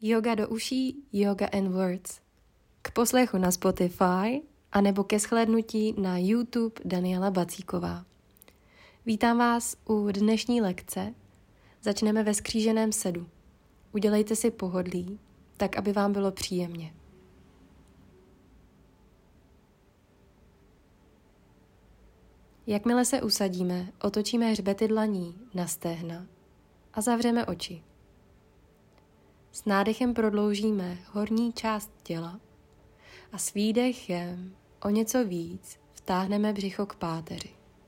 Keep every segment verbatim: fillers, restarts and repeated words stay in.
Yoga do uší, Yoga and Words. K poslechu na Spotify anebo ke shlédnutí na YouTube Daniela Bacíková. Vítám vás u dnešní lekce. Začneme ve skříženém sedu. Udělejte si pohodlí, tak aby vám bylo příjemně. Jakmile se usadíme, otočíme hřbety dlaní na stehna a zavřeme oči. S nádechem prodloužíme horní část těla a s výdechem o něco víc vtáhneme břicho k páteři.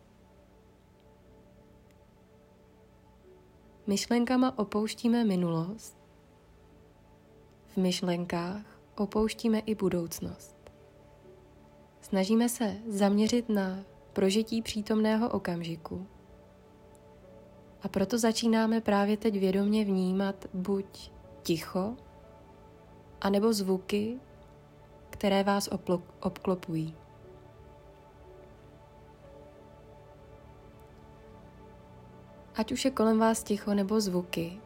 Myšlenkama opouštíme minulost. V myšlenkách opouštíme i budoucnost. Snažíme se zaměřit na prožití přítomného okamžiku. A proto začínáme právě teď vědomě vnímat buď ticho, anebo zvuky, které vás oplo- obklopují. Ať už je kolem vás ticho nebo zvuky,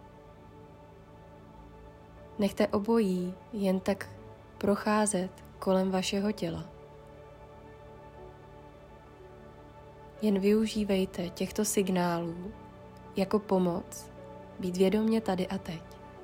nechte obojí jen tak procházet kolem vašeho těla. Jen využívejte těchto signálů jako pomoc být vědomě tady a teď.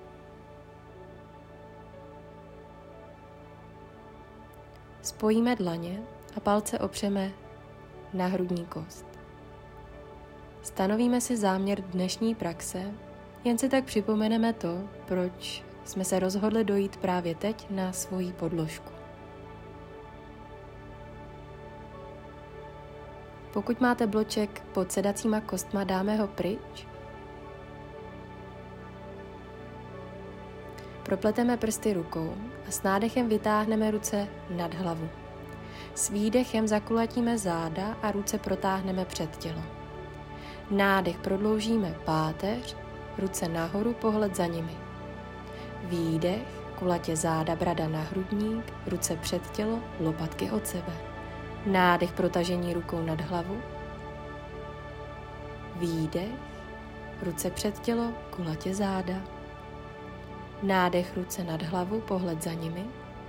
Spojíme dlaně a palce opřeme na hrudní kost. Stanovíme si záměr dnešní praxe, jen si tak připomeneme to, proč jsme se rozhodli dojít právě teď na svoji podložku. Pokud máte bloček pod sedacíma kostma, dáme ho pryč. Propleteme prsty rukou a s nádechem vytáhneme ruce nad hlavu. S výdechem zakulatíme záda a ruce protáhneme před tělo. Nádech prodloužíme páteř, ruce nahoru, pohled za nimi. Výdech, kulatě záda, brada na hrudník, ruce před tělo, lopatky od sebe. Nádech, protažení rukou nad hlavu. Výdech, ruce před tělo, kulatě záda. Nádech, ruce nad hlavu, pohled za nimi.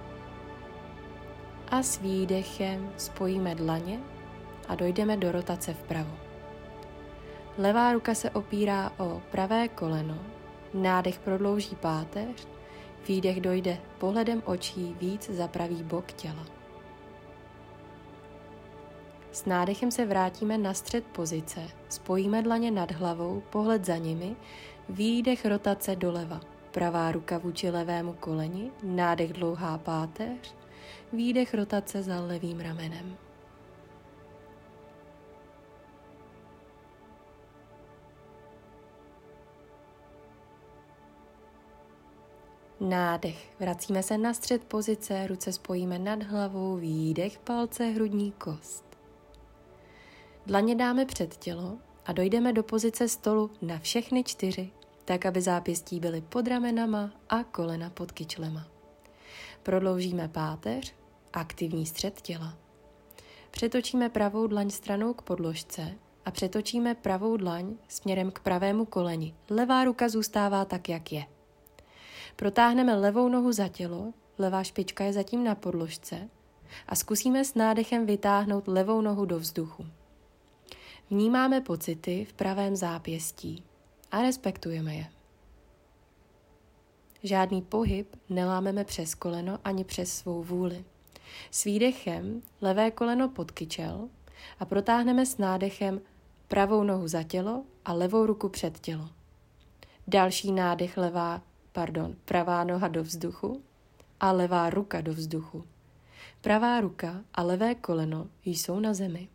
A s výdechem spojíme dlaně a dojdeme do rotace vpravo. Levá ruka se opírá o pravé koleno, nádech prodlouží páteř, výdech dojde pohledem očí víc za pravý bok těla. S nádechem se vrátíme na střed pozice, spojíme dlaně nad hlavou, pohled za nimi, výdech rotace doleva, pravá ruka vůči levému koleni, nádech dlouhá páteř, výdech rotace za levým ramenem. Nádech. Vracíme se na střed pozice, ruce spojíme nad hlavou, výdech, palce, hrudní kost. Dlaně dáme před tělo a dojdeme do pozice stolu na všechny čtyři, tak aby zápěstí byly pod ramenama a kolena pod kyčlema. Prodloužíme páteř, aktivní střed těla. Přetočíme pravou dlaň stranou k podložce a přetočíme pravou dlaň směrem k pravému koleni. Levá ruka zůstává tak, jak je. Protáhneme levou nohu za tělo, levá špička je zatím na podložce a zkusíme s nádechem vytáhnout levou nohu do vzduchu. Vnímáme pocity v pravém zápěstí a respektujeme je. Žádný pohyb nelámeme přes koleno ani přes svou vůli. S výdechem levé koleno pod kyčel a protáhneme s nádechem pravou nohu za tělo a levou ruku před tělo. Další nádech levá Pardon, pravá noha do vzduchu a levá ruka do vzduchu. Pravá ruka a levé koleno jsou na zemi.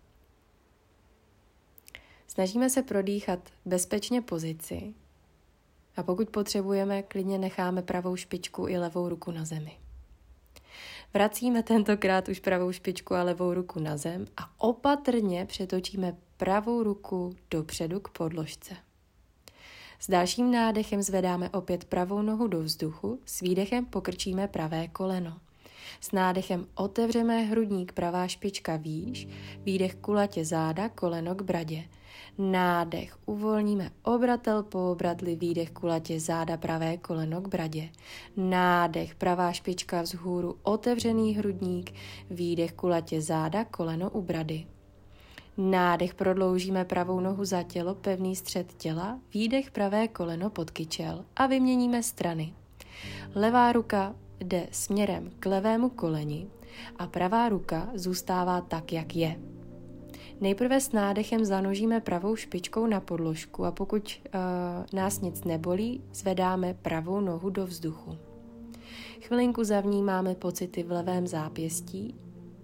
Snažíme se prodýchat bezpečně pozici a pokud potřebujeme, klidně necháme pravou špičku i levou ruku na zemi. Vracíme tentokrát už pravou špičku a levou ruku na zem a opatrně přetočíme pravou ruku dopředu k podložce. S dalším nádechem zvedáme opět pravou nohu do vzduchu, s výdechem pokrčíme pravé koleno. S nádechem otevřeme hrudník, pravá špička výš, výdech kulatě záda, koleno k bradě. Nádech, uvolníme obratel po obratli, výdech kulatě záda, pravé koleno k bradě. Nádech, pravá špička vzhůru, otevřený hrudník, výdech kulatě záda, koleno u brady. Nádech, prodloužíme pravou nohu za tělo, pevný střed těla, výdech, pravé koleno pod kyčel a vyměníme strany. Levá ruka jde směrem k levému koleni a pravá ruka zůstává tak, jak je. Nejprve s nádechem zanožíme pravou špičkou na podložku a pokud uh, nás nic nebolí, zvedáme pravou nohu do vzduchu. Chvilinku zavnímáme pocity v levém zápěstí.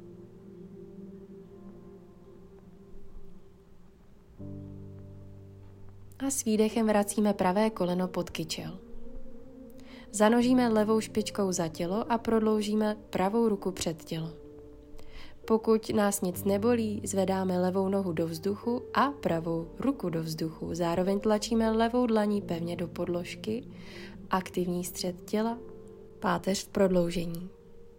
A s výdechem vracíme pravé koleno pod kyčel. Zanožíme levou špičkou za tělo a prodloužíme pravou ruku před tělo. Pokud nás nic nebolí, zvedáme levou nohu do vzduchu a pravou ruku do vzduchu. Zároveň tlačíme levou dlaní pevně do podložky, aktivní střed těla, páteř v prodloužení.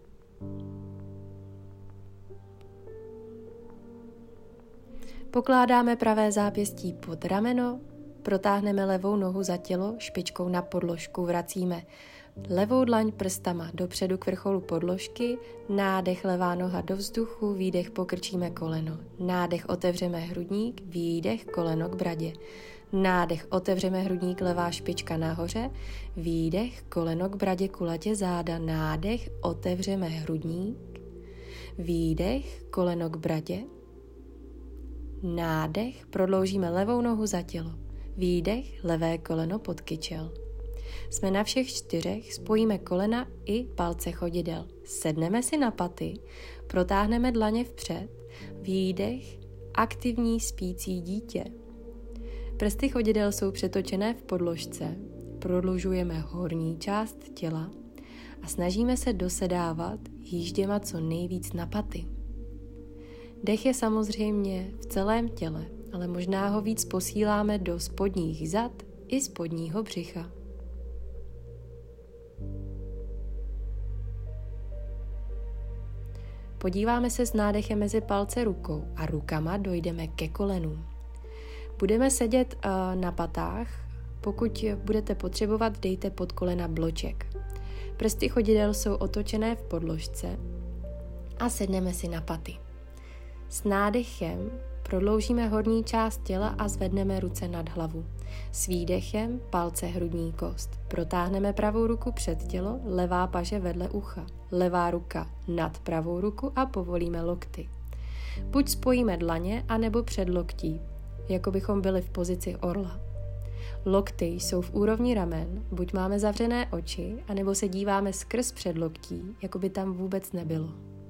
Pokládáme pravé zápěstí pod rameno, protáhneme levou nohu za tělo, špičkou na podložku, vracíme levou dlaň prstama dopředu k vrcholu podložky, nádech levá noha do vzduchu, výdech pokrčíme koleno, nádech otevřeme hrudník, výdech koleno k bradě, nádech otevřeme hrudník, levá špička nahoře, výdech koleno k bradě, kulatě záda, nádech otevřeme hrudník, výdech koleno k bradě, nádech prodloužíme levou nohu za tělo, výdech levé koleno pod kyčel. Jsme na všech čtyřech, spojíme kolena i palce chodidel. Sedneme si na paty, protáhneme dlaně vpřed, výdech, aktivní spící dítě. Prsty chodidel jsou přetočené v podložce, prodlužujeme horní část těla a snažíme se dosedávat jížděma co nejvíc na paty. Dech je samozřejmě v celém těle, ale možná ho víc posíláme do spodních zad i spodního břicha. Podíváme se s nádechem mezi palce rukou a rukama dojdeme ke kolenům. Budeme sedět uh, na patách, pokud budete potřebovat, dejte pod kolena bloček. Prsty chodidel jsou otočené v podložce a sedneme si na paty. S nádechem prodloužíme horní část těla a zvedneme ruce nad hlavu. S výdechem palce hrudní kost. Protáhneme pravou ruku před tělo, levá paže vedle ucha. Levá ruka nad pravou ruku a povolíme lokty. Buď spojíme dlaně, anebo předloktí, jako bychom byli v pozici orla. Lokty jsou v úrovni ramen, buď máme zavřené oči, anebo se díváme skrz předloktí, jako by tam vůbec nebylo.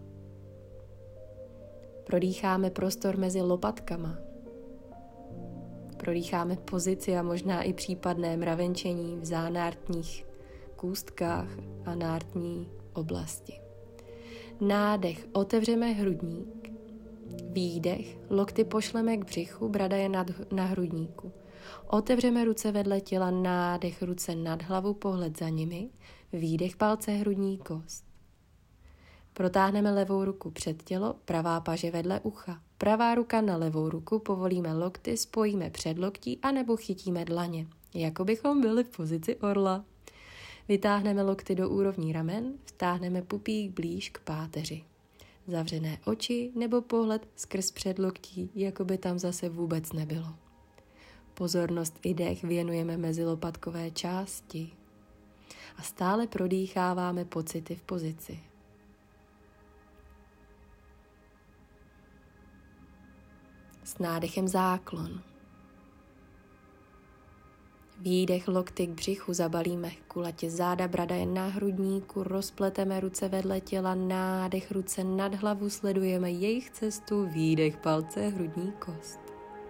Prodýcháme prostor mezi lopatkama. Prodýcháme pozici a možná i případné mravenčení v zánártních kůstkách a nártní oblasti. Nádech, otevřeme hrudník. Výdech, lokty pošleme k břichu, brada je nad, na hrudníku. Otevřeme ruce vedle těla, nádech, ruce nad hlavu, pohled za nimi. Výdech, palce, hrudní kost. Protáhneme levou ruku před tělo, pravá paže vedle ucha. Pravá ruka na levou ruku, povolíme lokty, spojíme předloktí anebo chytíme dlaně, jako bychom byli v pozici orla. Vytáhneme lokty do úrovní ramen, vtáhneme pupík blíž k páteři. Zavřené oči nebo pohled skrz předloktí, jako by tam zase vůbec nebylo. Pozornost i dech věnujeme mezi lopatkové části a stále prodýcháváme pocity v pozici. S nádechem záklon. Výdech, lokty k břichu, zabalíme kulatě záda, brada je na hrudníku, rozpleteme ruce vedle těla, nádech, ruce nad hlavu, sledujeme jejich cestu, výdech, palce, hrudní kost.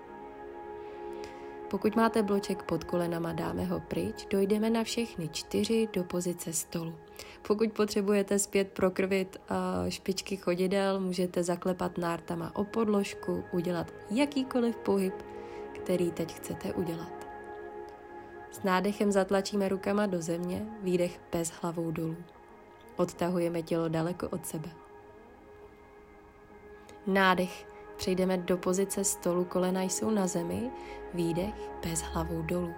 Pokud máte bloček pod kolenama, dáme ho pryč, dojdeme na všechny čtyři do pozice stolu. Pokud potřebujete zpět prokrvit špičky chodidel, můžete zaklepat nártama o podložku, udělat jakýkoliv pohyb, který teď chcete udělat. S nádechem zatlačíme rukama do země, výdech pes hlavou dolů. Odtahujeme tělo daleko od sebe. Nádech. Přejdeme do pozice stolu, kolena jsou na zemi. Výdech, bez hlavou dolů.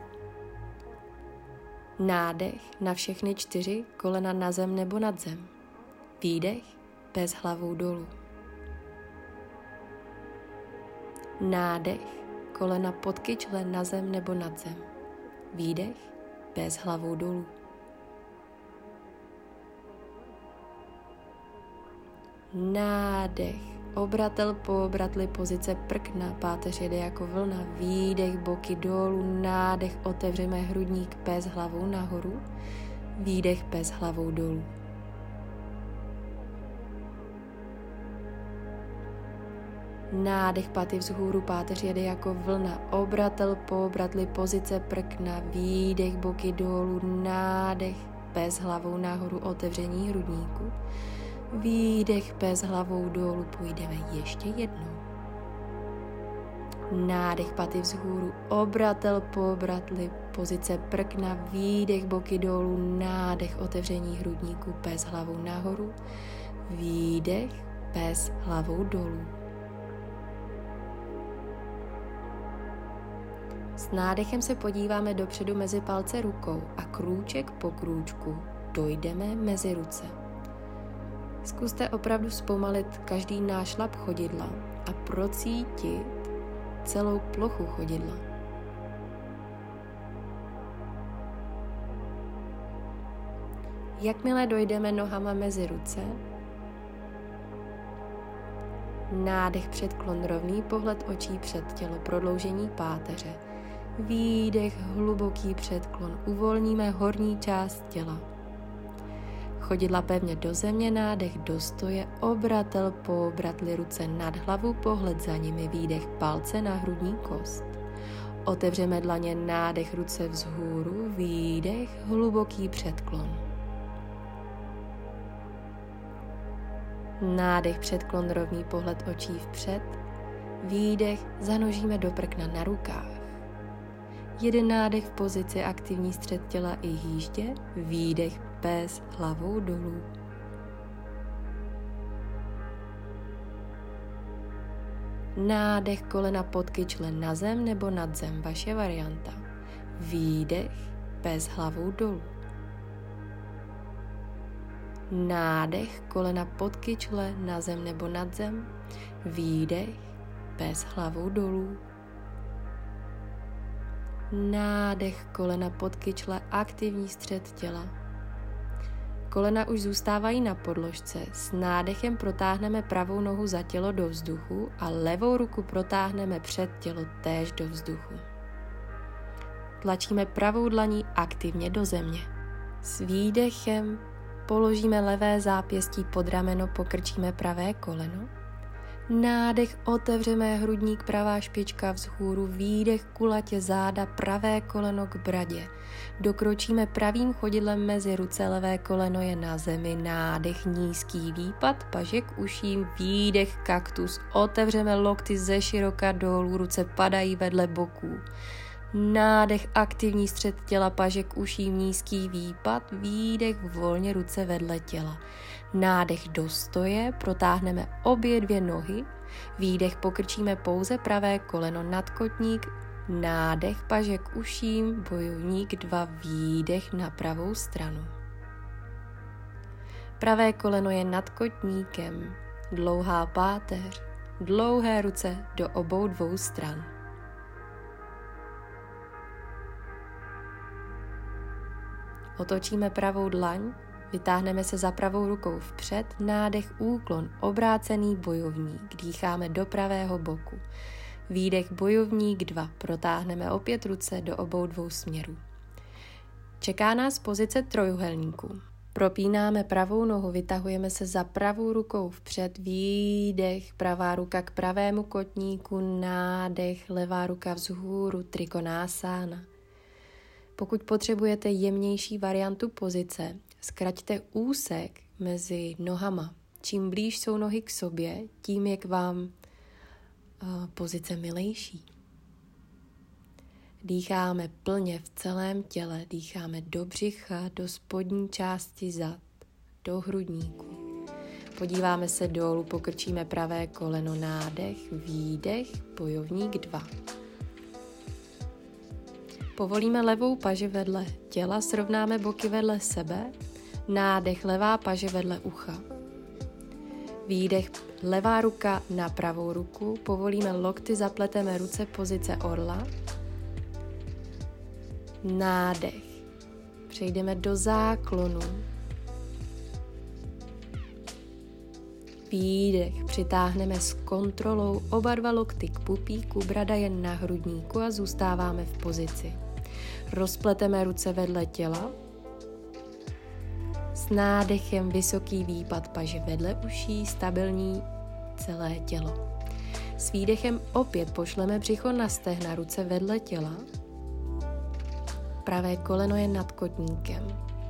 Nádech na všechny čtyři, kolena na zem nebo nad zem. Výdech, bez hlavou dolů. Nádech, kolena pod kyčle na zem nebo nad zem. Výdech, bez hlavou dolů. Nádech, obratel po obratli, pozice prkna, páteř jede jako vlna. Výdech, boky dolů, nádech, otevřeme hrudník, bez hlavou nahoru. Výdech, bez hlavou dolů. Nádech, paty vzhůru, páteř jede jako vlna. Obratel po obratli, pozice prkna. Výdech, boky dolů, nádech, bez hlavou nahoru, otevření hrudníku. Výdech, bez hlavou dolů, půjdeme ještě jednou. Nádech, paty vzhůru, obratel po obratli, pozice prkna. Výdech, boky dolů, nádech, otevření hrudníku, bez hlavou nahoru. Výdech, bez hlavou dolů. S nádechem se podíváme dopředu mezi palce rukou a krůček po krůčku dojdeme mezi ruce. Zkuste opravdu zpomalit každý nášlap chodidla a procítit celou plochu chodidla. Jakmile dojdeme nohama mezi ruce, nádech, předklon, rovný pohled očí před tělo, prodloužení páteře. Výdech, hluboký předklon, uvolníme horní část těla. Chodidla pevně do země, nádech do stoje, obratel po obratli, ruce nad hlavu, pohled za nimi, výdech, palce na hrudní kost. Otevřeme dlaně, nádech, ruce vzhůru, výdech, hluboký předklon. Nádech, předklon, rovný pohled očí vpřed, výdech, zanožíme do prkna na rukách. Jeden nádech v pozici aktivní střed těla i hýždě, výdech, bez hlavou dolů. Nádech, kolena pod kyčle na zem nebo nad zem, vaše varianta. Výdech, bez hlavou dolů. Nádech, kolena pod kyčle na zem nebo nad zem. Výdech, bez hlavou dolů. Nádech, kolena pod kyčle, aktivní střed těla. Kolena už zůstávají na podložce. S nádechem protáhneme pravou nohu za tělo do vzduchu a levou ruku protáhneme před tělo též do vzduchu. Tlačíme pravou dlaní aktivně do země. S výdechem položíme levé zápěstí pod rameno, pokrčíme pravé koleno. Nádech, otevřeme hrudník, pravá špička vzhůru, výdech, kulatě záda, pravé koleno k bradě. Dokročíme pravým chodidlem mezi ruce, levé koleno je na zemi, nádech, nízký výpad, paže k uším, výdech, kaktus, otevřeme lokty ze široka dolů, ruce padají vedle boků. Nádech, aktivní střed těla, paže k uším, nízký výpad, výdech, volně ruce vedle těla. Nádech do stoje, protáhneme obě dvě nohy, výdech, pokrčíme pouze pravé koleno nad kotník, nádech, paže k uším, bojovník dva, výdech na pravou stranu. Pravé koleno je nad kotníkem, dlouhá páteř, dlouhé ruce do obou dvou stran. Otočíme pravou dlaň, vytáhneme se za pravou rukou vpřed, nádech, úklon, obrácený bojovník, dýcháme do pravého boku. Výdech, bojovník dva, protáhneme opět ruce do obou dvou směrů. Čeká nás pozice trojúhelníku. Propínáme pravou nohu, vytahujeme se za pravou rukou vpřed, výdech, pravá ruka k pravému kotníku, nádech, levá ruka vzhůru, Trikonasana. Pokud potřebujete jemnější variantu pozice, zkraťte úsek mezi nohama. Čím blíž jsou nohy k sobě, tím je k vám uh, pozice milejší. Dýcháme plně v celém těle, dýcháme do břicha, do spodní části zad do hrudníku. Podíváme se dolů, pokrčíme pravé koleno, nádech, výdech, bojovník dva. Povolíme levou paži vedle těla, srovnáme boky vedle sebe, nádech, levá paže vedle ucha. Výdech, levá ruka na pravou ruku, povolíme lokty, zapleteme ruce, pozice orla. Nádech, přejdeme do záklonu. Výdech, přitáhneme s kontrolou oba dva lokty k pupíku, brada je na hrudníku a zůstáváme v pozici. Rozpleteme ruce vedle těla. S nádechem vysoký výpad paže vedle uší, stabilní celé tělo. S výdechem opět pošleme břicho na stehna, ruce vedle těla. Pravé koleno je nad kotníkem.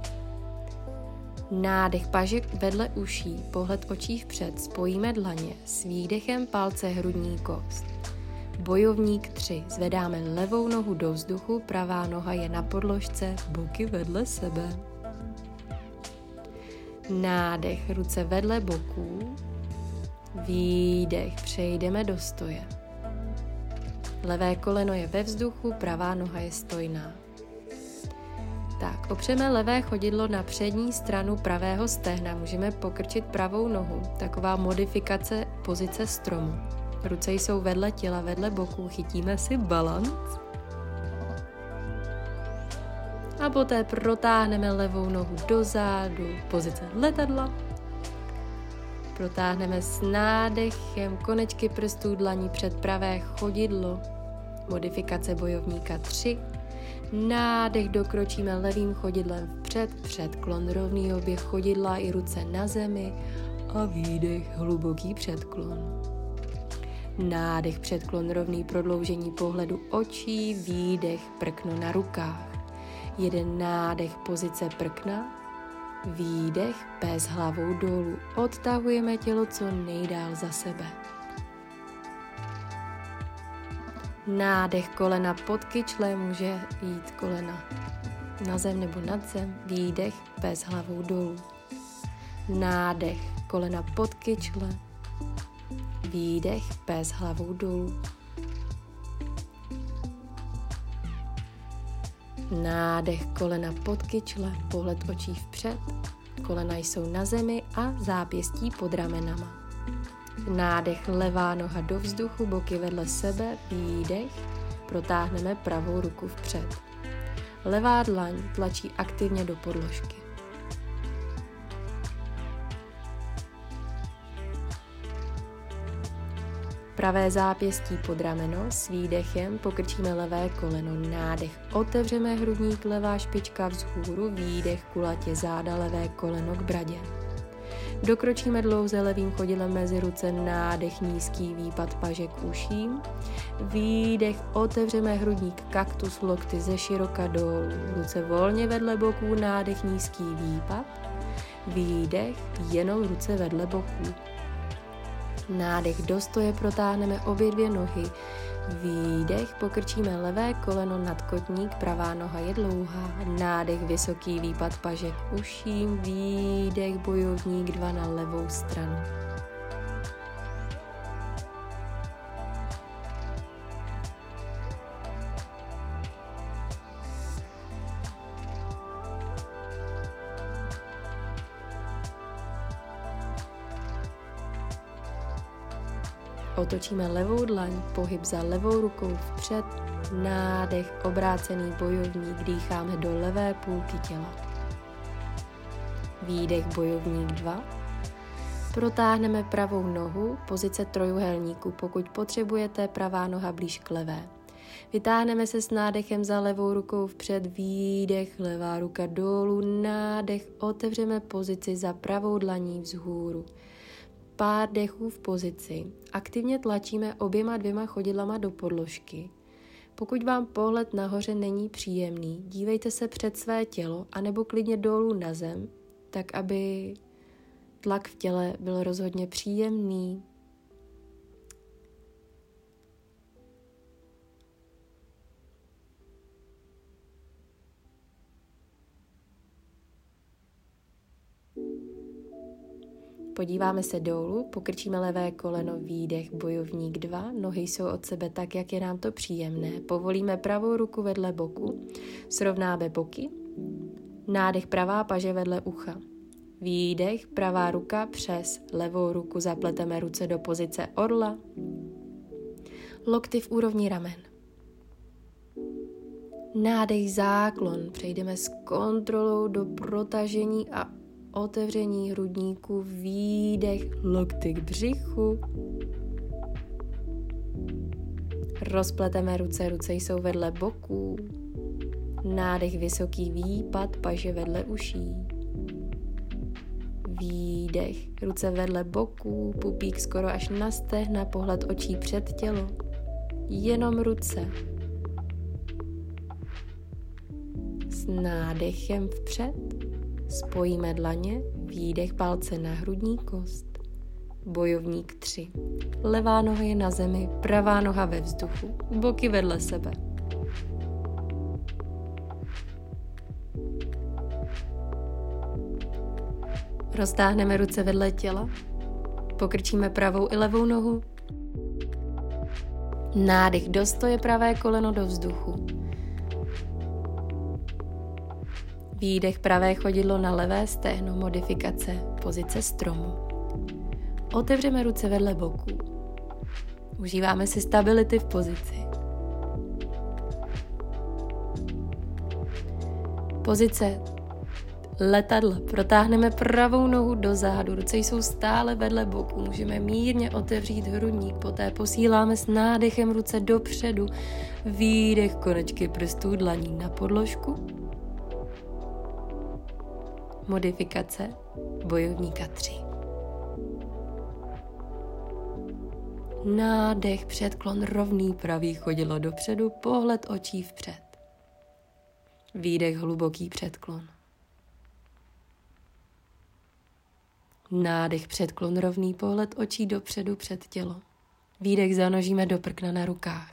Nádech paže vedle uší, pohled očí vpřed, spojíme dlaně, s výdechem palce hrudní kost. Bojovník tři, zvedáme levou nohu do vzduchu, pravá noha je na podložce, boky vedle sebe. Nádech, ruce vedle boků, výdech, přejdeme do stoje. Levé koleno je ve vzduchu, pravá noha je stojná. Tak, opřeme levé chodidlo na přední stranu pravého stehna, můžeme pokrčit pravou nohu, taková modifikace pozice stromu. Ruce jsou vedle těla, vedle boků, chytíme si balanc. A poté protáhneme levou nohu dozadu, pozice letadla. Protáhneme s nádechem konečky prstů dlaní před pravé chodidlo, modifikace bojovníka tři. Nádech, dokročíme levým chodidlem vpřed, předklon, rovný oběh chodidla i ruce na zemi a výdech, hluboký předklon. Nádech, předklon, rovný, prodloužení pohledu očí, výdech, prkno na rukách. Jeden nádech, pozice prkna, výdech, pés hlavou dolů. Odtahujeme tělo co nejdál za sebe. Nádech, kolena pod kyčle, může jít kolena na zem nebo nad zem. Výdech, pés hlavou dolů. Nádech, kolena pod kyčle. Výdech, pés hlavou dolů. Nádech, kolena pod kyčle, pohled očí vpřed. Kolena jsou na zemi a zápěstí pod ramenama. Nádech, levá noha do vzduchu, boky vedle sebe, výdech, protáhneme pravou ruku vpřed. Levá dlaň tlačí aktivně do podložky. Pravé zápěstí pod rameno, s výdechem pokrčíme levé koleno, nádech, otevřeme hrudník, levá špička vzhůru, výdech, kulatě záda, levé koleno k bradě. Dokročíme dlouze levým chodidlem mezi ruce, nádech, nízký výpad paže k uším. Výdech, otevřeme hrudník, kaktus, lokty ze široka dolů. Ruce volně vedle boků, nádech, nízký výpad. Výdech, jenom ruce vedle boků. Nádech, do stoje, protáhneme obě dvě nohy. Výdech, pokrčíme levé koleno nad kotník, pravá noha je dlouhá. Nádech, vysoký výpad paže k uším, výdech, bojovník dva na levou stranu. Otočíme levou dlaň, pohyb za levou rukou vpřed, nádech, obrácený bojovník, dýcháme do levé půlky těla. Výdech, bojovník dva. Protáhneme pravou nohu, pozice trojúhelníku, pokud potřebujete, pravá noha blíž k levé. Vytáhneme se s nádechem za levou rukou vpřed, výdech, levá ruka dolů, nádech, otevřeme pozici za pravou dlaní vzhůru. Pár dechů v pozici. Aktivně tlačíme oběma dvěma chodidlama do podložky. Pokud vám pohled nahoře není příjemný, dívejte se před své tělo anebo klidně dolů na zem, tak aby tlak v těle byl rozhodně příjemný. Podíváme se dolů, pokrčíme levé koleno, výdech, bojovník dva, nohy jsou od sebe tak, jak je nám to příjemné. Povolíme pravou ruku vedle boku, srovnáme boky, nádech pravá paže vedle ucha. Výdech, pravá ruka přes levou ruku, zapleteme ruce do pozice orla, lokty v úrovni ramen. Nádech, záklon, přejdeme s kontrolou do protažení a otevření hrudníku, výdech, lokty k břichu. Rozpleteme ruce, ruce jsou vedle boků. Nádech, vysoký výpad, paže vedle uší. Výdech, ruce vedle boků, pupík skoro až na stehna, pohled očí před tělo. Jenom ruce. S nádechem vpřed spojíme dlaně, výdech, palce na hrudní kost. Bojovník tři. Levá noha je na zemi, pravá noha ve vzduchu, boky vedle sebe. Roztáhneme ruce vedle těla, pokrčíme pravou i levou nohu. Nádech do stoje, pravé koleno do vzduchu. Výdech, pravé chodidlo na levé stehno, modifikace, pozice stromu. Otevřeme ruce vedle boků. Užíváme si stability v pozici. Pozice letadla. Protáhneme pravou nohu do zádu, ruce jsou stále vedle boku, můžeme mírně otevřít hrudník, poté posíláme s nádechem ruce dopředu, výdech, konečky prstů dlaní na podložku. Modifikace bojovníka tři. Nádech, předklon rovný, pravý chodidlo dopředu, pohled očí vpřed. Výdech, hluboký předklon. Nádech, předklon rovný, pohled očí dopředu před tělo. Výdech, zanožíme do prkna na rukách.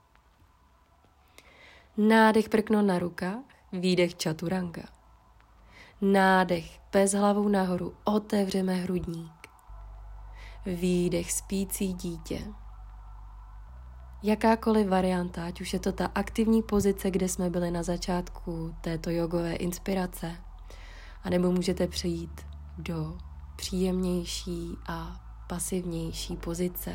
Nádech, prkno na rukách, výdech, čaturanga. Nádech, pes hlavou nahoru, otevřeme hrudník. Výdech, spící dítě. Jakákoliv varianta, ať už je to ta aktivní pozice, kde jsme byli na začátku této jogové inspirace, anebo můžete přejít do příjemnější a pasivnější pozice.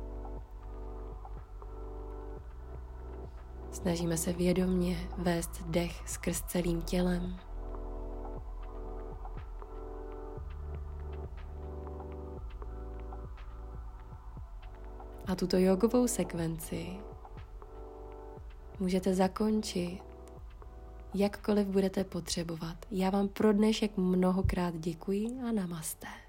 Snažíme se vědomě vést dech skrz celým tělem. A tuto jogovou sekvenci můžete zakončit, jakkoliv budete potřebovat. Já vám pro dnešek mnohokrát děkuji a namaste.